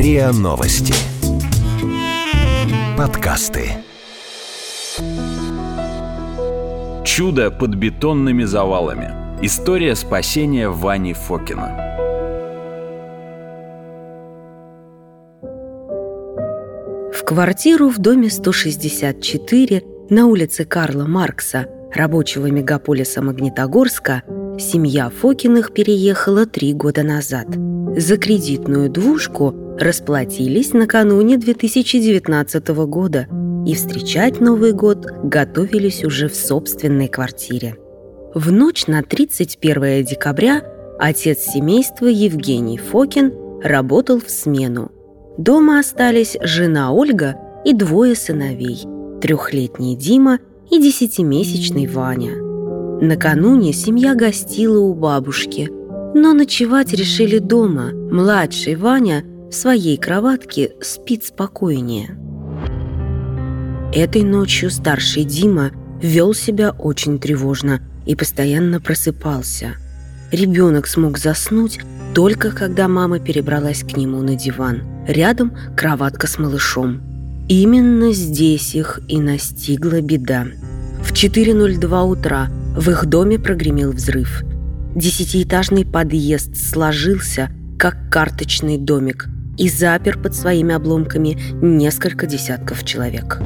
РИА Новости. Подкасты. Чудо под бетонными завалами. История спасения Вани Фокина. В квартиру в доме 164 на улице Карла Маркса, рабочего мегаполиса Магнитогорска, семья Фокиных переехала 3 года назад. За кредитную двушку расплатились накануне 2019 года и встречать Новый год готовились уже в собственной квартире. В ночь на 31 декабря отец семейства Евгений Фокин работал в смену. Дома остались жена Ольга и 2 сыновей – 3-летний Дима и 10-месячный Ваня. Накануне семья гостила у бабушки, но ночевать решили дома. Младший Ваня в своей кроватке спит спокойнее. Этой ночью старший Дима вел себя очень тревожно и постоянно просыпался. Ребенок смог заснуть только когда мама перебралась к нему на диван. Рядом кроватка с малышом. Именно здесь их и настигла беда. В 4:02 утра в их доме прогремел взрыв. 10-этажный подъезд сложился, как карточный домик, и запер под своими обломками несколько десятков человек.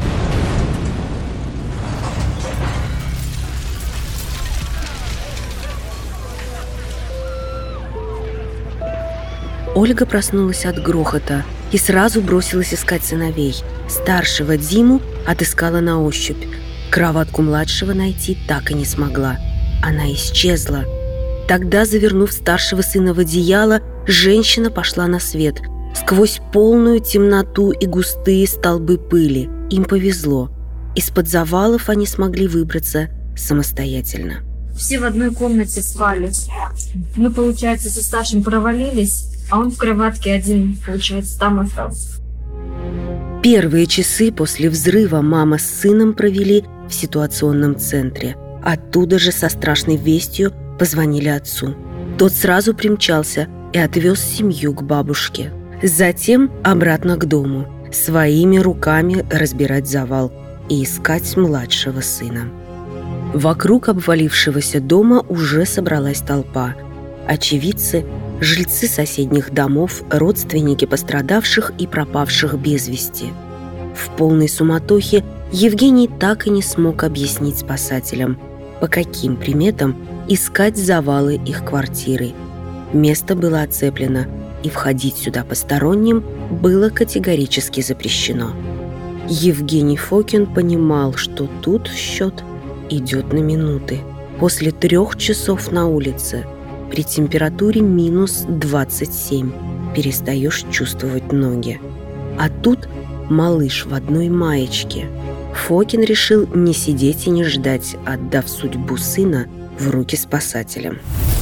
Ольга проснулась от грохота и сразу бросилась искать сыновей. Старшего Диму отыскала на ощупь. Кроватку младшего найти так и не смогла. Она исчезла. Тогда, завернув старшего сына в одеяло, женщина пошла на свет. Сквозь полную темноту и густые столбы пыли. Им повезло. Из-под завалов они смогли выбраться самостоятельно. Все в одной комнате спали. Мы, получается, со старшим провалились, а он в кроватке один, получается, там остался. Первые часы после взрыва мама с сыном провели в ситуационном центре. Оттуда же со страшной вестью позвонили отцу. Тот сразу примчался и отвез семью к бабушке. Затем обратно к дому, своими руками разбирать завал и искать младшего сына. Вокруг обвалившегося дома уже собралась толпа. Очевидцы, жильцы соседних домов, родственники пострадавших и пропавших без вести. В полной суматохе Евгений так и не смог объяснить спасателям, по каким приметам искать завалы их квартиры. Место было оцеплено, и входить сюда посторонним было категорически запрещено. Евгений Фокин понимал, что тут счет идет на минуты. После 3 часов на улице, при температуре минус 27, перестаешь чувствовать ноги. А тут малыш в одной маечке. Фокин решил не сидеть и не ждать, отдав судьбу сына в руки спасателям.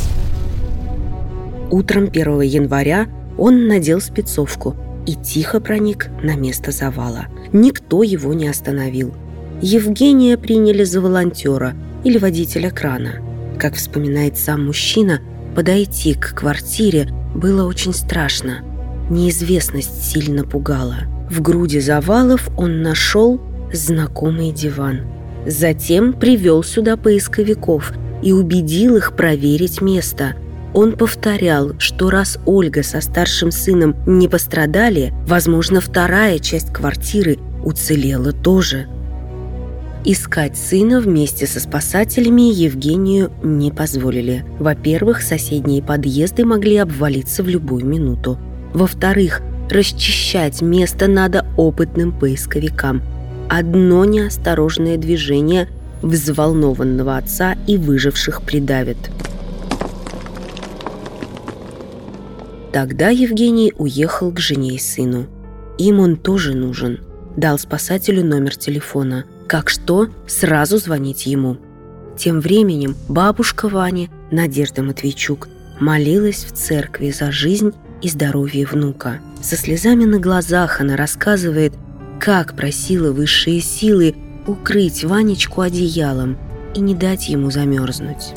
Утром 1 января он надел спецовку и тихо проник на место завала. Никто его не остановил. Евгения приняли за волонтера или водителя крана. Как вспоминает сам мужчина, подойти к квартире было очень страшно. Неизвестность сильно пугала. В груди завалов он нашел знакомый диван. Затем привел сюда поисковиков и убедил их проверить место. Он повторял, что раз Ольга со старшим сыном не пострадали, возможно, вторая часть квартиры уцелела тоже. Искать сына вместе со спасателями Евгению не позволили. Во-первых, соседние подъезды могли обвалиться в любую минуту. Во-вторых, расчищать место надо опытным поисковикам. Одно неосторожное движение взволнованного отца и выживших придавит. Тогда Евгений уехал к жене и сыну. Им он тоже нужен. Дал спасателю номер телефона. Как что, сразу звонить ему. Тем временем бабушка Вани, Надежда Матвейчук, молилась в церкви за жизнь и здоровье внука. Со слезами на глазах она рассказывает, как просила высшие силы укрыть Ванечку одеялом и не дать ему замерзнуть.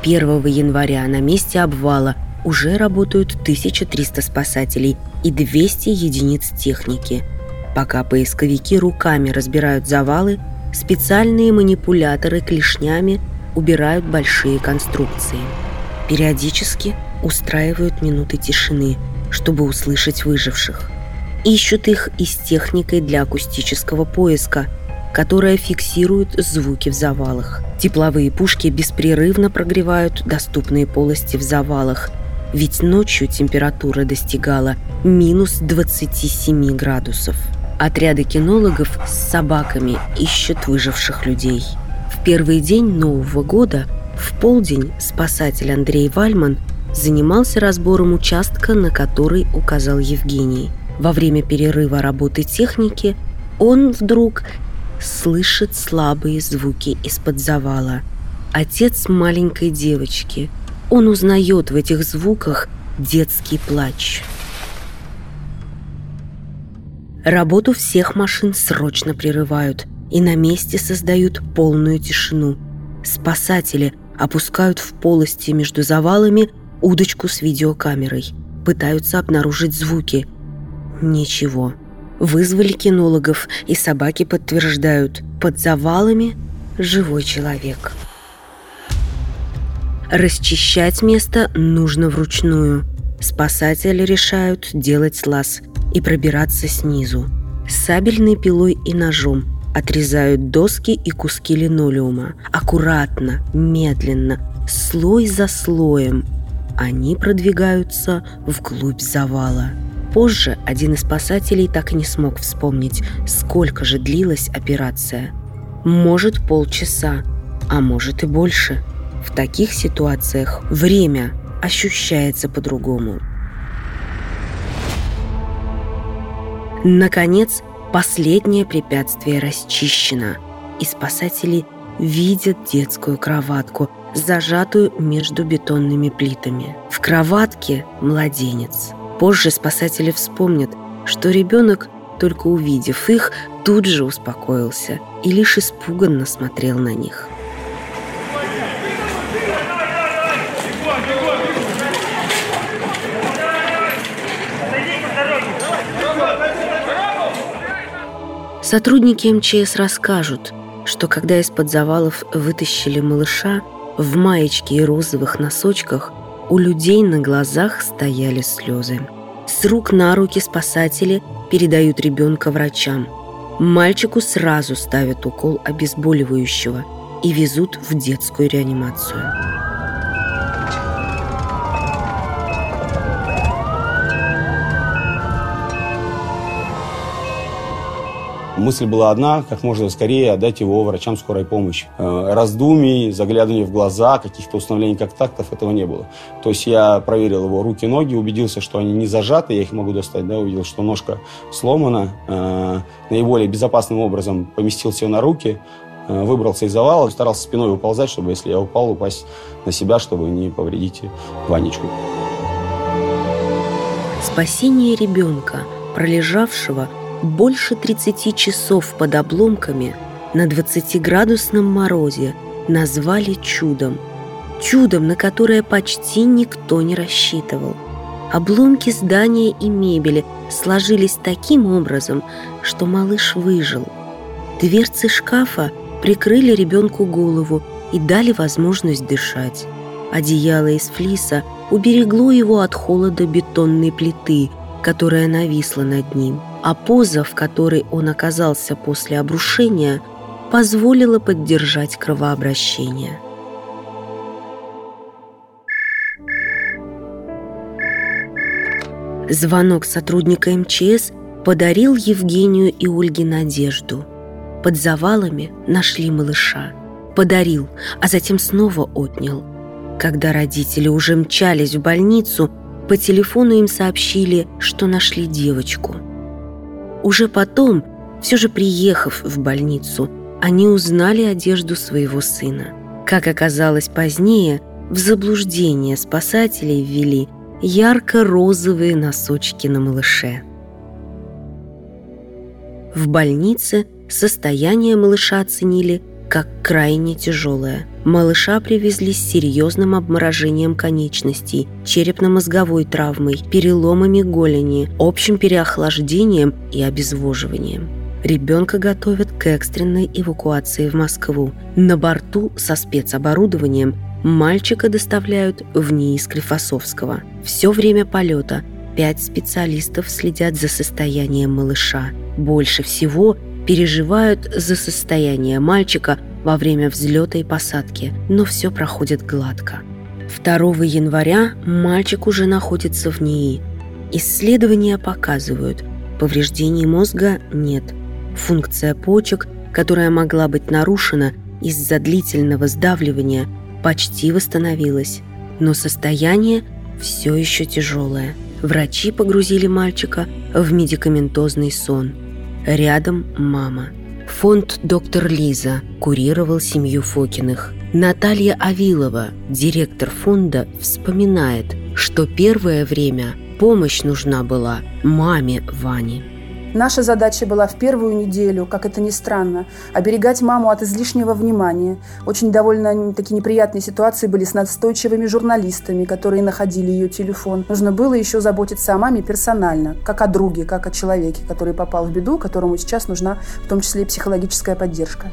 1 января на месте обвала уже работают 1300 спасателей и 200 единиц техники. Пока поисковики руками разбирают завалы, специальные манипуляторы клешнями убирают большие конструкции. Периодически устраивают минуты тишины, чтобы услышать выживших. Ищут их и с техникой для акустического поиска, которая фиксирует звуки в завалах. Тепловые пушки беспрерывно прогревают доступные полости в завалах, ведь ночью температура достигала минус 27 градусов. Отряды кинологов с собаками ищут выживших людей. В первый день Нового года в полдень спасатель Андрей Вальман занимался разбором участка, на который указал Евгений. Во время перерыва работы техники он вдруг слышит слабые звуки из-под завала. Отец маленькой девочки. Он узнает в этих звуках детский плач. Работу всех машин срочно прерывают и на месте создают полную тишину. Спасатели опускают в полости между завалами удочку с видеокамерой. Пытаются обнаружить звуки. Ничего. Вызвали кинологов, и собаки подтверждают: под завалами живой человек. Расчищать место нужно вручную. Спасатели решают делать лаз и пробираться снизу. Сабельной пилой и ножом отрезают доски и куски линолеума. Аккуратно, медленно, слой за слоем. Они продвигаются вглубь завала. Позже один из спасателей так и не смог вспомнить, сколько же длилась операция. Может, полчаса, а может и больше. В таких ситуациях время ощущается по-другому. Наконец, последнее препятствие расчищено, и спасатели видят детскую кроватку, зажатую между бетонными плитами. В кроватке младенец. Позже спасатели вспомнят, что ребенок, только увидев их, тут же успокоился и лишь испуганно смотрел на них. Сотрудники МЧС расскажут, что когда из-под завалов вытащили малыша, в маечке и розовых носочках у людей на глазах стояли слезы. С рук на руки спасатели передают ребенка врачам. Мальчику сразу ставят укол обезболивающего и везут в детскую реанимацию. Мысль была одна: как можно скорее отдать его врачам скорой помощи. Раздумий, заглядывания в глаза, каких-то установлений контактов этого не было. То есть я проверил его руки, ноги, убедился, что они не зажаты, я их могу достать, да, увидел, что ножка сломана. Наиболее безопасным образом поместился на руки, выбрался из завала, старался спиной уползать, чтобы, если я упал, упасть на себя, чтобы не повредить Ванечку. Спасение ребенка, пролежавшего больше 30 часов под обломками на 20-градусном морозе, назвали чудом. Чудом, на которое почти никто не рассчитывал. Обломки здания и мебели сложились таким образом, что малыш выжил. Дверцы шкафа прикрыли ребенку голову и дали возможность дышать. Одеяло из флиса уберегло его от холода бетонной плиты, которая нависла над ним, а поза, в которой он оказался после обрушения, позволила поддержать кровообращение. Звонок сотрудника МЧС подарил Евгению и Ольге надежду. Под завалами нашли малыша. Подарил, а затем снова отнял. Когда родители уже мчались в больницу, по телефону им сообщили, что нашли девочку. Уже потом, все же приехав в больницу, они узнали одежду своего сына. Как оказалось позднее, в заблуждение спасателей ввели ярко-розовые носочки на малыше. В больнице состояние малыша оценили как крайне тяжелое. Малыша привезли с серьезным обморожением конечностей, черепно-мозговой травмой, переломами голени, общим переохлаждением и обезвоживанием. Ребенка готовят к экстренной эвакуации в Москву. На борту со спецоборудованием мальчика доставляют в НИИ Склифосовского. Все время полета 5 специалистов следят за состоянием малыша. Больше всего переживают за состояние мальчика во время взлета и посадки, но все проходит гладко. 2 января мальчик уже находится в НИИ. Исследования показывают, повреждений мозга нет. Функция почек, которая могла быть нарушена из-за длительного сдавливания, почти восстановилась, но состояние все еще тяжелое. Врачи погрузили мальчика в медикаментозный сон. Рядом мама. Фонд «Доктор Лиза» курировал семью Фокиных. Наталья Авилова, директор фонда, вспоминает, что первое время помощь нужна была маме Вани. Наша задача была в первую неделю, как это ни странно, оберегать маму от излишнего внимания. Очень довольно такие неприятные ситуации были с настойчивыми журналистами, которые находили ее телефон. Нужно было еще заботиться о маме персонально, как о друге, как о человеке, который попал в беду, которому сейчас нужна в том числе и психологическая поддержка.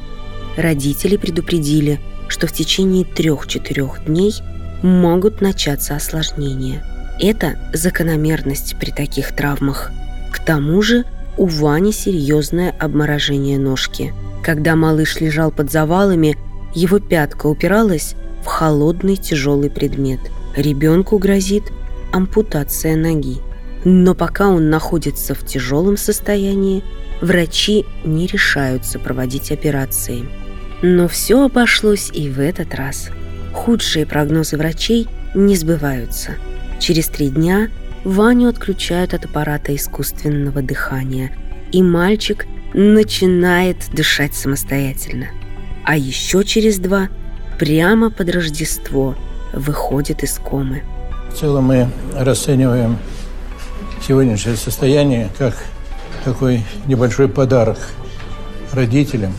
Родители предупредили, что в течение 3-4 дней могут начаться осложнения. Это закономерность при таких травмах. К тому же у Вани серьезное обморожение ножки. Когда малыш лежал под завалами, его пятка упиралась в холодный тяжелый предмет. Ребенку грозит ампутация ноги. Но пока он находится в тяжелом состоянии, врачи не решаются проводить операции. Но все обошлось и в этот раз. Худшие прогнозы врачей не сбываются. Через 3 дня Ваню отключают от аппарата искусственного дыхания, и мальчик начинает дышать самостоятельно. А еще через 2, прямо под Рождество, выходит из комы. В целом мы расцениваем сегодняшнее состояние как такой небольшой подарок родителям,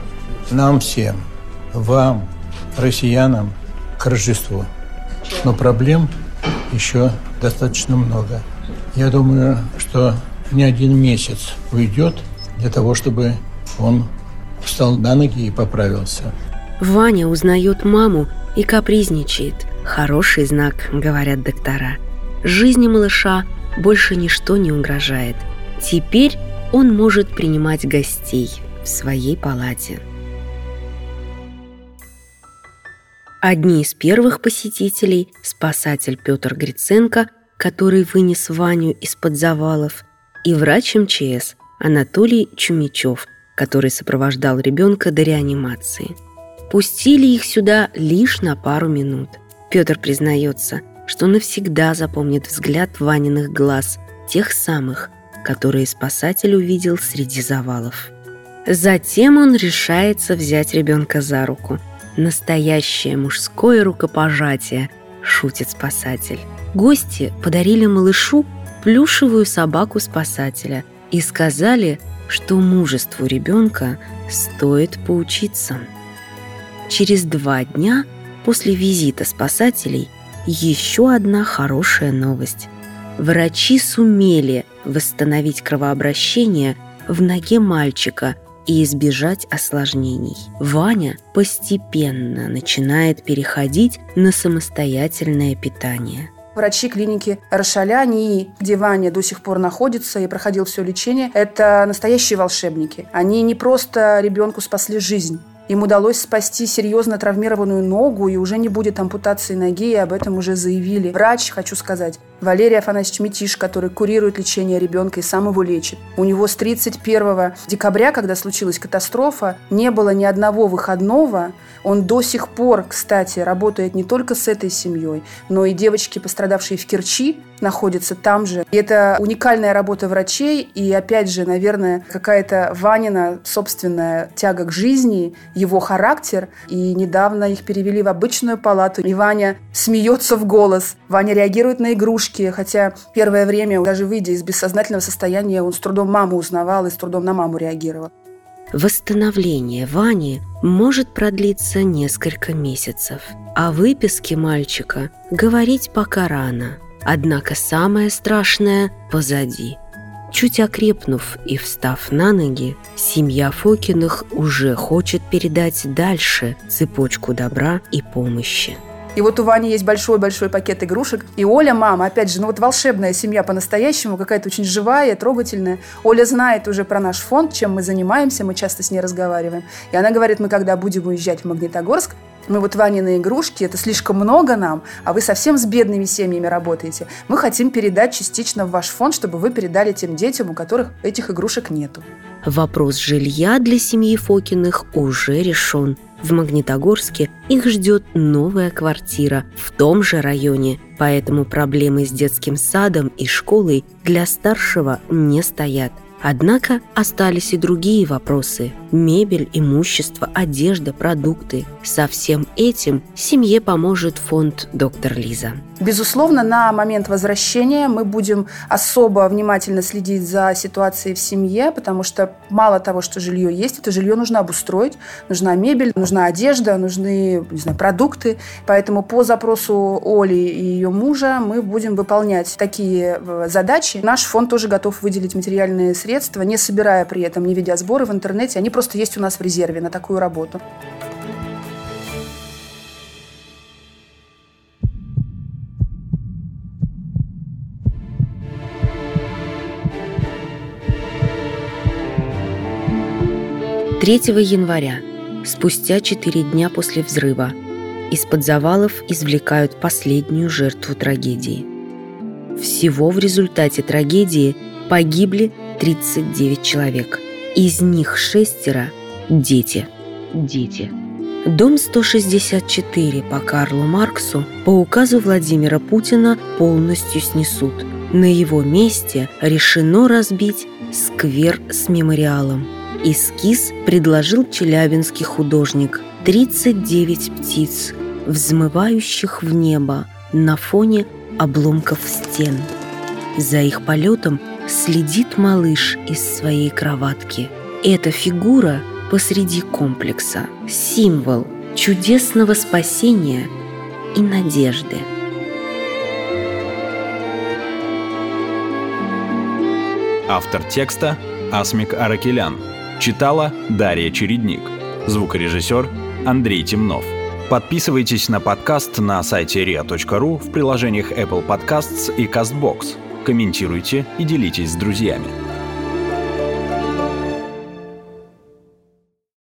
нам всем, вам, россиянам, к Рождеству. Но проблем еще достаточно много. Я думаю, что не 1 месяц уйдет для того, чтобы он встал на ноги и поправился. Ваня узнает маму и капризничает. Хороший знак, говорят доктора. Жизни малыша больше ничто не угрожает. Теперь он может принимать гостей в своей палате. Одни из первых посетителей – спасатель Петр Гриценко, который вынес Ваню из-под завалов, и врач МЧС Анатолий Чумичев, который сопровождал ребенка до реанимации. Пустили их сюда лишь на пару минут. Петр признается, что навсегда запомнит взгляд Ваниных глаз, тех самых, которые спасатель увидел среди завалов. Затем он решается взять ребенка за руку. Настоящее мужское рукопожатие, шутит спасатель. Гости подарили малышу плюшевую собаку спасателя и сказали, что мужеству ребенка стоит поучиться. Через 2 дня после визита спасателей еще одна хорошая новость. Врачи сумели восстановить кровообращение в ноге мальчика и избежать осложнений. Ваня постепенно начинает переходить на самостоятельное питание. Врачи клиники Рошаля, НИИ, где Ваня до сих пор находится и проходил все лечение, это настоящие волшебники. Они не просто ребенку спасли жизнь. Им удалось спасти серьезно травмированную ногу, и уже не будет ампутации ноги, и об этом уже заявили. Врач, хочу сказать, Валерий Афанасьевич Митиш, который курирует лечение ребенка и сам его лечит. У него с 31 декабря, когда случилась катастрофа, не было ни одного выходного. Он до сих пор, кстати, работает не только с этой семьей, но и девочки, пострадавшие в Керчи, находятся там же. И это уникальная работа врачей, и опять же, наверное, какая-то Ванина собственная тяга к жизни, его характер. И недавно их перевели в обычную палату, и Ваня смеется в голос. Ваня реагирует на игрушки, хотя первое время, даже выйдя из бессознательного состояния, он с трудом маму узнавал и с трудом на маму реагировал. Восстановление Вани может продлиться несколько месяцев. О выписке мальчика говорить пока рано. Однако самое страшное позади. Чуть окрепнув и встав на ноги, семья Фокиных уже хочет передать дальше цепочку добра и помощи. И вот у Вани есть большой-большой пакет игрушек. И Оля, мама, опять же, волшебная семья по-настоящему, какая-то очень живая, трогательная. Оля знает уже про наш фонд, чем мы занимаемся, мы часто с ней разговариваем. И она говорит, мы когда будем уезжать в Магнитогорск, мы вот Ванины игрушки, это слишком много нам, а вы совсем с бедными семьями работаете. Мы хотим передать частично в ваш фонд, чтобы вы передали тем детям, у которых этих игрушек нету. Вопрос жилья для семьи Фокиных уже решен. В Магнитогорске их ждет новая квартира в том же районе, поэтому проблемы с детским садом и школой для старшего не стоят. Однако остались и другие вопросы – мебель, имущество, одежда, продукты. Со всем этим семье поможет фонд «Доктор Лиза». Безусловно, на момент возвращения мы будем особо внимательно следить за ситуацией в семье, потому что мало того, что жилье есть, это жилье нужно обустроить, нужна мебель, нужна одежда, нужны, продукты. Поэтому по запросу Оли и ее мужа мы будем выполнять такие задачи. Наш фонд тоже готов выделить материальные средства, не собирая при этом, не ведя сборы в интернете. Они просто есть у нас в резерве на такую работу. «3 января, спустя 4 дня после взрыва, из-под завалов извлекают последнюю жертву трагедии. Всего в результате трагедии погибли 39 человек. Из них 6 – дети. Дом 164 по Карлу Марксу по указу Владимира Путина полностью снесут. На его месте решено разбить сквер с мемориалом. Эскиз предложил челябинский художник. 39 птиц, взмывающих в небо на фоне обломков стен. За их полетом следит малыш из своей кроватки. Эта фигура посреди комплекса – символ чудесного спасения и надежды. Автор текста Асмик Аракелян. Читала Дарья Чередник. Звукорежиссер Андрей Темнов. Подписывайтесь на подкаст на сайте ria.ru, в приложениях Apple Podcasts и CastBox. Комментируйте и делитесь с друзьями.